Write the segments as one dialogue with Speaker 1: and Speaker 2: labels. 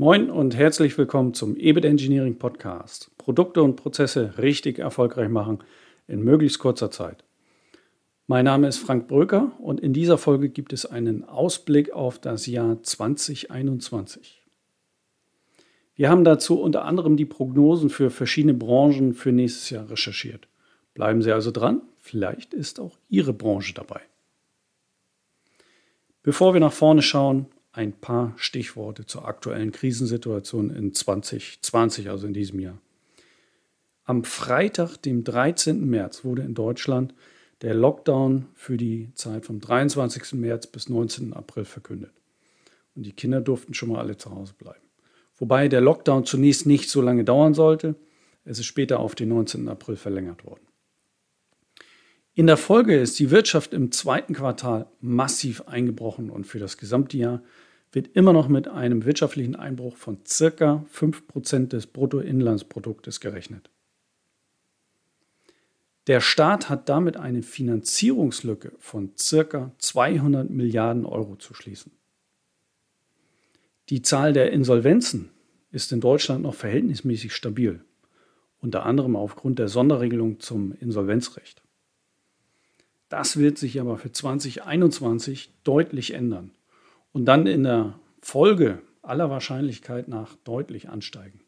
Speaker 1: Moin und herzlich willkommen zum EBIT Engineering Podcast. Produkte und Prozesse richtig erfolgreich machen in möglichst kurzer Zeit. Mein Name ist Frank Bröker und in dieser Folge gibt es einen Ausblick auf das Jahr 2021. Wir haben dazu unter anderem die Prognosen für verschiedene Branchen für nächstes Jahr recherchiert. Bleiben Sie also dran, vielleicht ist auch Ihre Branche dabei. Bevor wir nach vorne schauen, ein paar Stichworte zur aktuellen Krisensituation in 2020, also in diesem Jahr. Am Freitag, dem 13. März, wurde in Deutschland der Lockdown für die Zeit vom 23. März bis 19. April verkündet. Und die Kinder durften schon mal alle zu Hause bleiben. Wobei der Lockdown zunächst nicht so lange dauern sollte. Es ist später auf den 19. April verlängert worden. In der Folge ist die Wirtschaft im zweiten Quartal massiv eingebrochen und für das gesamte Jahr wird immer noch mit einem wirtschaftlichen Einbruch von ca. 5% des Bruttoinlandsproduktes gerechnet. Der Staat hat damit eine Finanzierungslücke von ca. 200 Milliarden Euro zu schließen. Die Zahl der Insolvenzen ist in Deutschland noch verhältnismäßig stabil, unter anderem aufgrund der Sonderregelung zum Insolvenzrecht. Das wird sich aber für 2021 deutlich ändern und dann in der Folge aller Wahrscheinlichkeit nach deutlich ansteigen.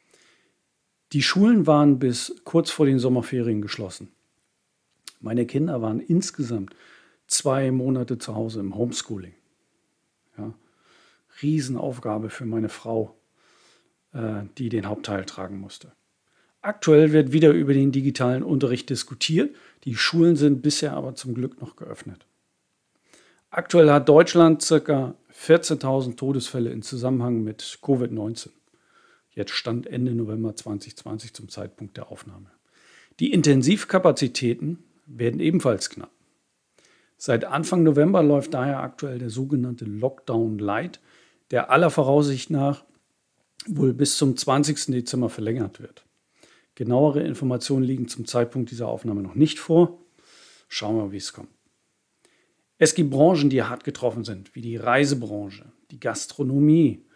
Speaker 1: Die Schulen waren bis kurz vor den Sommerferien geschlossen. Meine Kinder waren insgesamt 2 Monate zu Hause im Homeschooling. Ja, Riesenaufgabe für meine Frau, die den Hauptteil tragen musste. Aktuell wird wieder über den digitalen Unterricht diskutiert. Die Schulen sind bisher aber zum Glück noch geöffnet. Aktuell hat Deutschland ca. 14.000 Todesfälle in Zusammenhang mit Covid-19. Jetzt Stand Ende November 2020 zum Zeitpunkt der Aufnahme. Die Intensivkapazitäten werden ebenfalls knapp. Seit Anfang November läuft daher aktuell der sogenannte Lockdown Light, der aller Voraussicht nach wohl bis zum 20. Dezember verlängert wird. Genauere Informationen liegen zum Zeitpunkt dieser Aufnahme noch nicht vor. Schauen wir, wie es kommt. Es gibt Branchen, die hart getroffen sind, wie die Reisebranche, die Gastronomie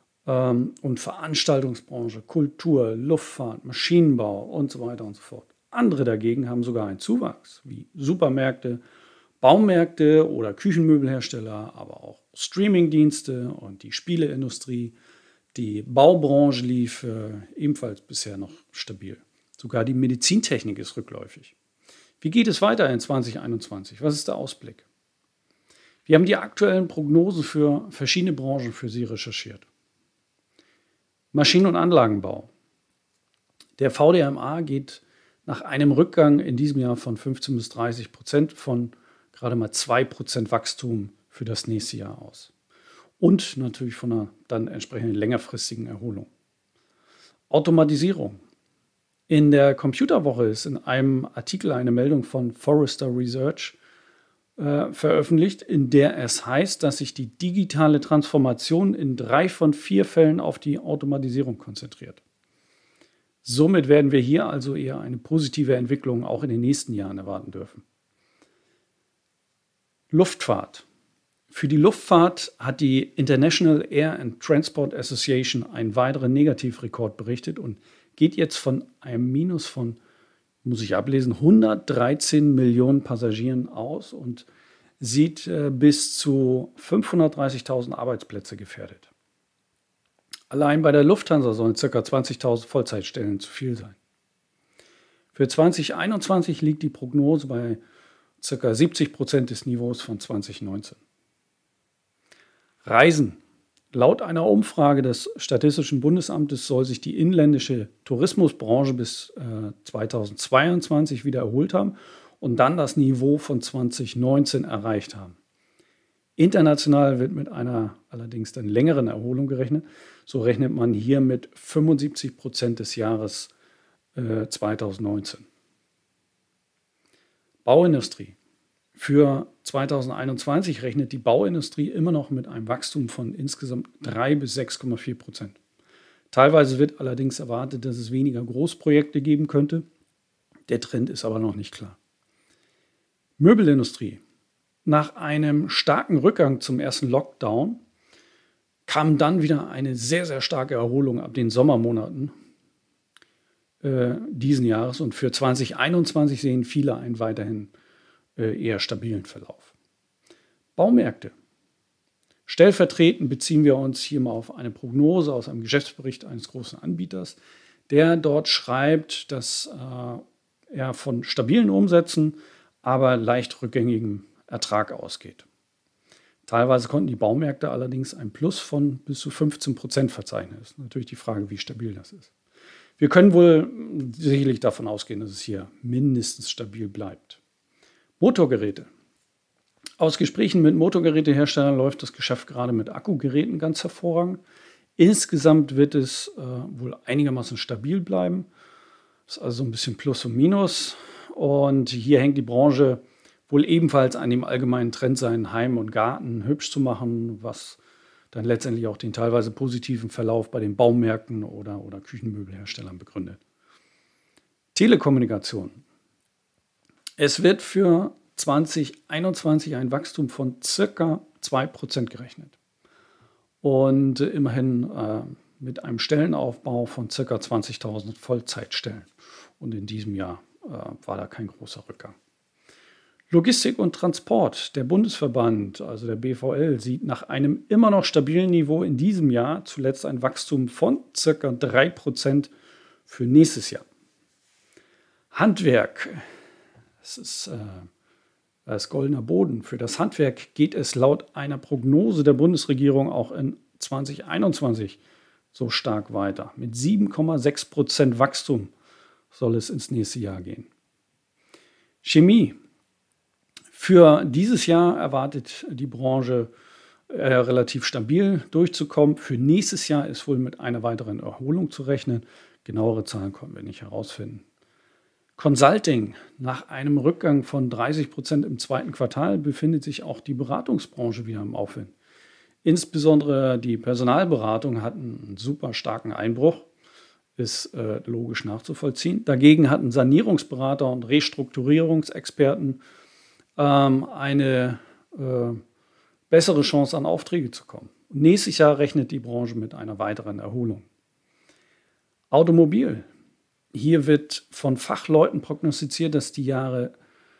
Speaker 1: und Veranstaltungsbranche, Kultur, Luftfahrt, Maschinenbau und so weiter und so fort. Andere dagegen haben sogar einen Zuwachs, wie Supermärkte, Baumärkte oder Küchenmöbelhersteller, aber auch Streamingdienste und die Spieleindustrie. Die Baubranche lief ebenfalls bisher noch stabil. Sogar die Medizintechnik ist rückläufig. Wie geht es weiter in 2021? Was ist der Ausblick? Wir haben die aktuellen Prognosen für verschiedene Branchen für Sie recherchiert. Maschinen- und Anlagenbau. Der VDMA geht nach einem Rückgang in diesem Jahr von 15 bis 30% von gerade mal 2% Wachstum für das nächste Jahr aus. Und natürlich von einer dann entsprechenden längerfristigen Erholung. Automatisierung. In der Computerwoche ist in einem Artikel eine Meldung von Forrester Research veröffentlicht, in der es heißt, dass sich die digitale Transformation in 3 von 4 Fällen auf die Automatisierung konzentriert. Somit werden wir hier also eher eine positive Entwicklung auch in den nächsten Jahren erwarten dürfen. Luftfahrt. Für die Luftfahrt hat die International Air and Transport Association einen weiteren Negativrekord berichtet und geht jetzt von einem Minus von, muss ich ablesen, 113 Millionen Passagieren aus und sieht bis zu 530.000 Arbeitsplätze gefährdet. Allein bei der Lufthansa sollen ca. 20.000 Vollzeitstellen zu viel sein. Für 2021 liegt die Prognose bei ca. 70% des Niveaus von 2019. Reisen. Laut einer Umfrage des Statistischen Bundesamtes soll sich die inländische Tourismusbranche bis 2022 wieder erholt haben und dann das Niveau von 2019 erreicht haben. International wird mit einer allerdings dann längeren Erholung gerechnet. So rechnet man hier mit 75% des Jahres 2019. Bauindustrie. Für 2021 rechnet die Bauindustrie immer noch mit einem Wachstum von insgesamt 3 bis 6,4%. Teilweise wird allerdings erwartet, dass es weniger Großprojekte geben könnte. Der Trend ist aber noch nicht klar. Möbelindustrie. Nach einem starken Rückgang zum ersten Lockdown kam dann wieder eine sehr, sehr starke Erholung ab den Sommermonaten diesen Jahres. Und für 2021 sehen viele einen weiterhin eher stabilen Verlauf. Baumärkte. Stellvertretend beziehen wir uns hier mal auf eine Prognose aus einem Geschäftsbericht eines großen Anbieters, der dort schreibt, dass er von stabilen Umsätzen, aber leicht rückgängigem Ertrag ausgeht. Teilweise konnten die Baumärkte allerdings ein Plus von bis zu 15% verzeichnen. Das ist natürlich die Frage, wie stabil das ist. Wir können wohl sicherlich davon ausgehen, dass es hier mindestens stabil bleibt. Motorgeräte. Aus Gesprächen mit Motorgeräteherstellern läuft das Geschäft gerade mit Akkugeräten ganz hervorragend. Insgesamt wird es wohl einigermaßen stabil bleiben. Das ist also ein bisschen Plus und Minus. Und hier hängt die Branche wohl ebenfalls an dem allgemeinen Trend sein, Heim und Garten hübsch zu machen, was dann letztendlich auch den teilweise positiven Verlauf bei den Baumärkten oder Küchenmöbelherstellern begründet. Telekommunikation. Es wird für 2021 ein Wachstum von circa 2% gerechnet. Und immerhin mit einem Stellenaufbau von circa 20.000 Vollzeitstellen. Und in diesem Jahr war da kein großer Rückgang. Logistik und Transport. Der Bundesverband, also der BVL, sieht nach einem immer noch stabilen Niveau in diesem Jahr zuletzt ein Wachstum von circa 3% für nächstes Jahr. Handwerk. Das ist das goldener Boden. Für das Handwerk geht es laut einer Prognose der Bundesregierung auch in 2021 so stark weiter. Mit 7,6% Wachstum soll es ins nächste Jahr gehen. Chemie. Für dieses Jahr erwartet die Branche relativ stabil durchzukommen. Für nächstes Jahr ist wohl mit einer weiteren Erholung zu rechnen. Genauere Zahlen konnten wir nicht herausfinden. Consulting. Nach einem Rückgang von 30% im zweiten Quartal befindet sich auch die Beratungsbranche wieder im Aufwind. Insbesondere die Personalberatung hat einen super starken Einbruch, ist logisch nachzuvollziehen. Dagegen hatten Sanierungsberater und Restrukturierungsexperten eine bessere Chance an Aufträge zu kommen. Und nächstes Jahr rechnet die Branche mit einer weiteren Erholung. Automobil. Hier wird von Fachleuten prognostiziert, dass die Jahre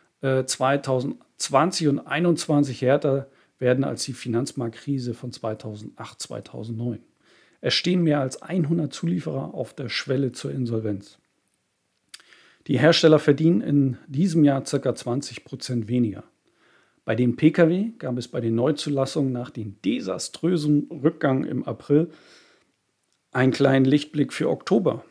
Speaker 1: 2020 und 2021 härter werden als die Finanzmarktkrise von 2008, 2009. Es stehen mehr als 100 Zulieferer auf der Schwelle zur Insolvenz. Die Hersteller verdienen in diesem Jahr ca. 20% weniger. Bei den Pkw gab es bei den Neuzulassungen nach dem desaströsen Rückgang im April einen kleinen Lichtblick für Oktober.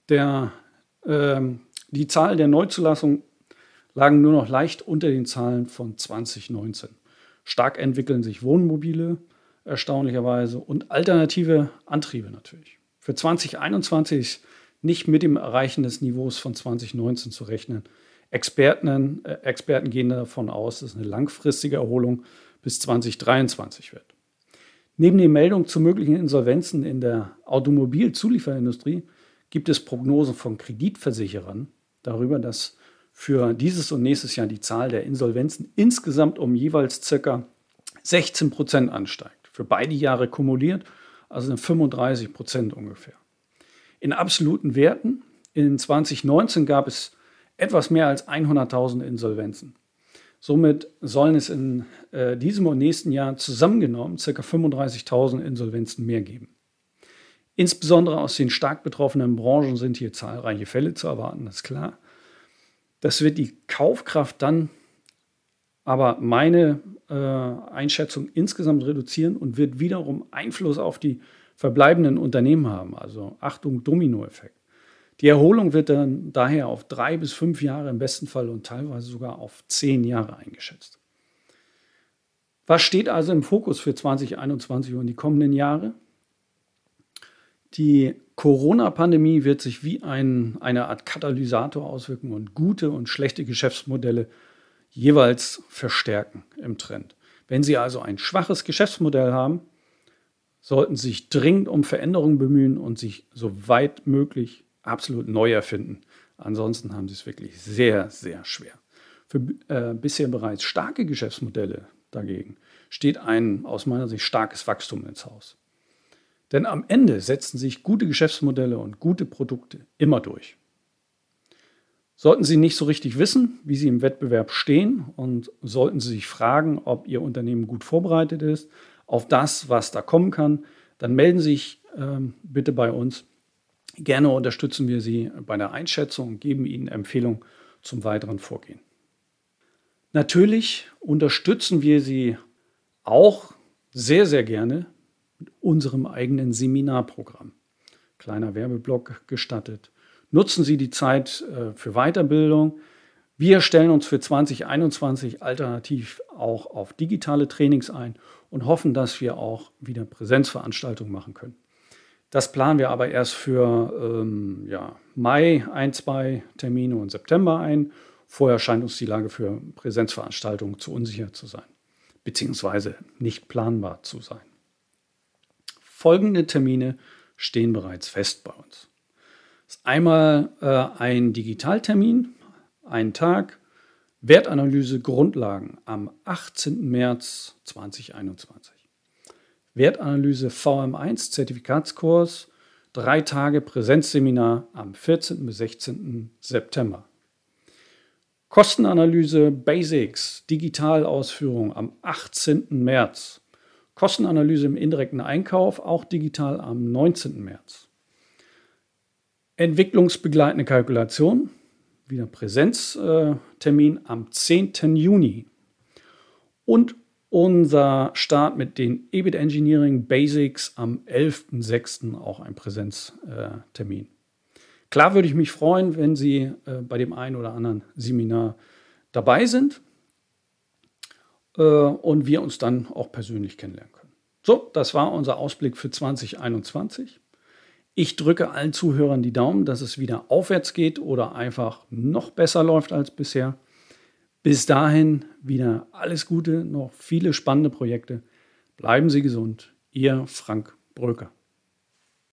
Speaker 1: Die Zahl der Neuzulassungen lagen nur noch leicht unter den Zahlen von 2019. Stark entwickeln sich Wohnmobile erstaunlicherweise und alternative Antriebe natürlich. Für 2021 ist nicht mit dem Erreichen des Niveaus von 2019 zu rechnen. Experten gehen davon aus, dass es eine langfristige Erholung bis 2023 wird. Neben den Meldungen zu möglichen Insolvenzen in der Automobilzulieferindustrie gibt es Prognosen von Kreditversicherern darüber, dass für dieses und nächstes Jahr die Zahl der Insolvenzen insgesamt um jeweils ca. 16% ansteigt. Für beide Jahre kumuliert, also 35% ungefähr. In absoluten Werten, in 2019 gab es etwas mehr als 100.000 Insolvenzen. Somit sollen es in diesem und nächsten Jahr zusammengenommen ca. 35.000 Insolvenzen mehr geben. Insbesondere aus den stark betroffenen Branchen sind hier zahlreiche Fälle zu erwarten, das ist klar. Das wird die Kaufkraft dann aber meine Einschätzung insgesamt reduzieren und wird wiederum Einfluss auf die verbleibenden Unternehmen haben. Also Achtung, Dominoeffekt. Die Erholung wird dann daher auf 3 bis 5 Jahre im besten Fall und teilweise sogar auf 10 Jahre eingeschätzt. Was steht also im Fokus für 2021 und die kommenden Jahre? Die Corona-Pandemie wird sich wie eine Art Katalysator auswirken und gute und schlechte Geschäftsmodelle jeweils verstärken im Trend. Wenn Sie also ein schwaches Geschäftsmodell haben, sollten Sie sich dringend um Veränderungen bemühen und sich so weit möglich absolut neu erfinden. Ansonsten haben Sie es wirklich sehr, sehr schwer. Für bisher bereits starke Geschäftsmodelle dagegen steht ein aus meiner Sicht starkes Wachstum ins Haus. Denn am Ende setzen sich gute Geschäftsmodelle und gute Produkte immer durch. Sollten Sie nicht so richtig wissen, wie Sie im Wettbewerb stehen und sollten Sie sich fragen, ob Ihr Unternehmen gut vorbereitet ist auf das, was da kommen kann, dann melden Sie sich bitte bei uns. Gerne unterstützen wir Sie bei der Einschätzung und geben Ihnen Empfehlungen zum weiteren Vorgehen. Natürlich unterstützen wir Sie auch sehr, sehr gerne mit unserem eigenen Seminarprogramm. Kleiner Werbeblock gestattet. Nutzen Sie die Zeit für Weiterbildung. Wir stellen uns für 2021 alternativ auch auf digitale Trainings ein und hoffen, dass wir auch wieder Präsenzveranstaltungen machen können. Das planen wir aber erst für Mai 2 Termine und September ein. Vorher scheint uns die Lage für Präsenzveranstaltungen zu unsicher zu sein, beziehungsweise nicht planbar zu sein. Folgende Termine stehen bereits fest bei uns. Das ist einmal ein Digitaltermin, einen Tag, Wertanalyse Grundlagen am 18. März 2021. Wertanalyse VM1 Zertifikatskurs, 3 Tage Präsenzseminar am 14. bis 16. September. Kostenanalyse Basics Digitalausführung am 18. März. Kostenanalyse im indirekten Einkauf, auch digital am 19. März. Entwicklungsbegleitende Kalkulation, wieder Präsenztermin am 10. Juni. Und unser Start mit den EBIT Engineering Basics am 11.06. auch ein Präsenztermin. Klar würde ich mich freuen, wenn Sie bei dem einen oder anderen Seminar dabei sind und wir uns dann auch persönlich kennenlernen können. So, das war unser Ausblick für 2021. Ich drücke allen Zuhörern die Daumen, dass es wieder aufwärts geht oder einfach noch besser läuft als bisher. Bis dahin wieder alles Gute, noch viele spannende Projekte. Bleiben Sie gesund. Ihr Frank Bröker.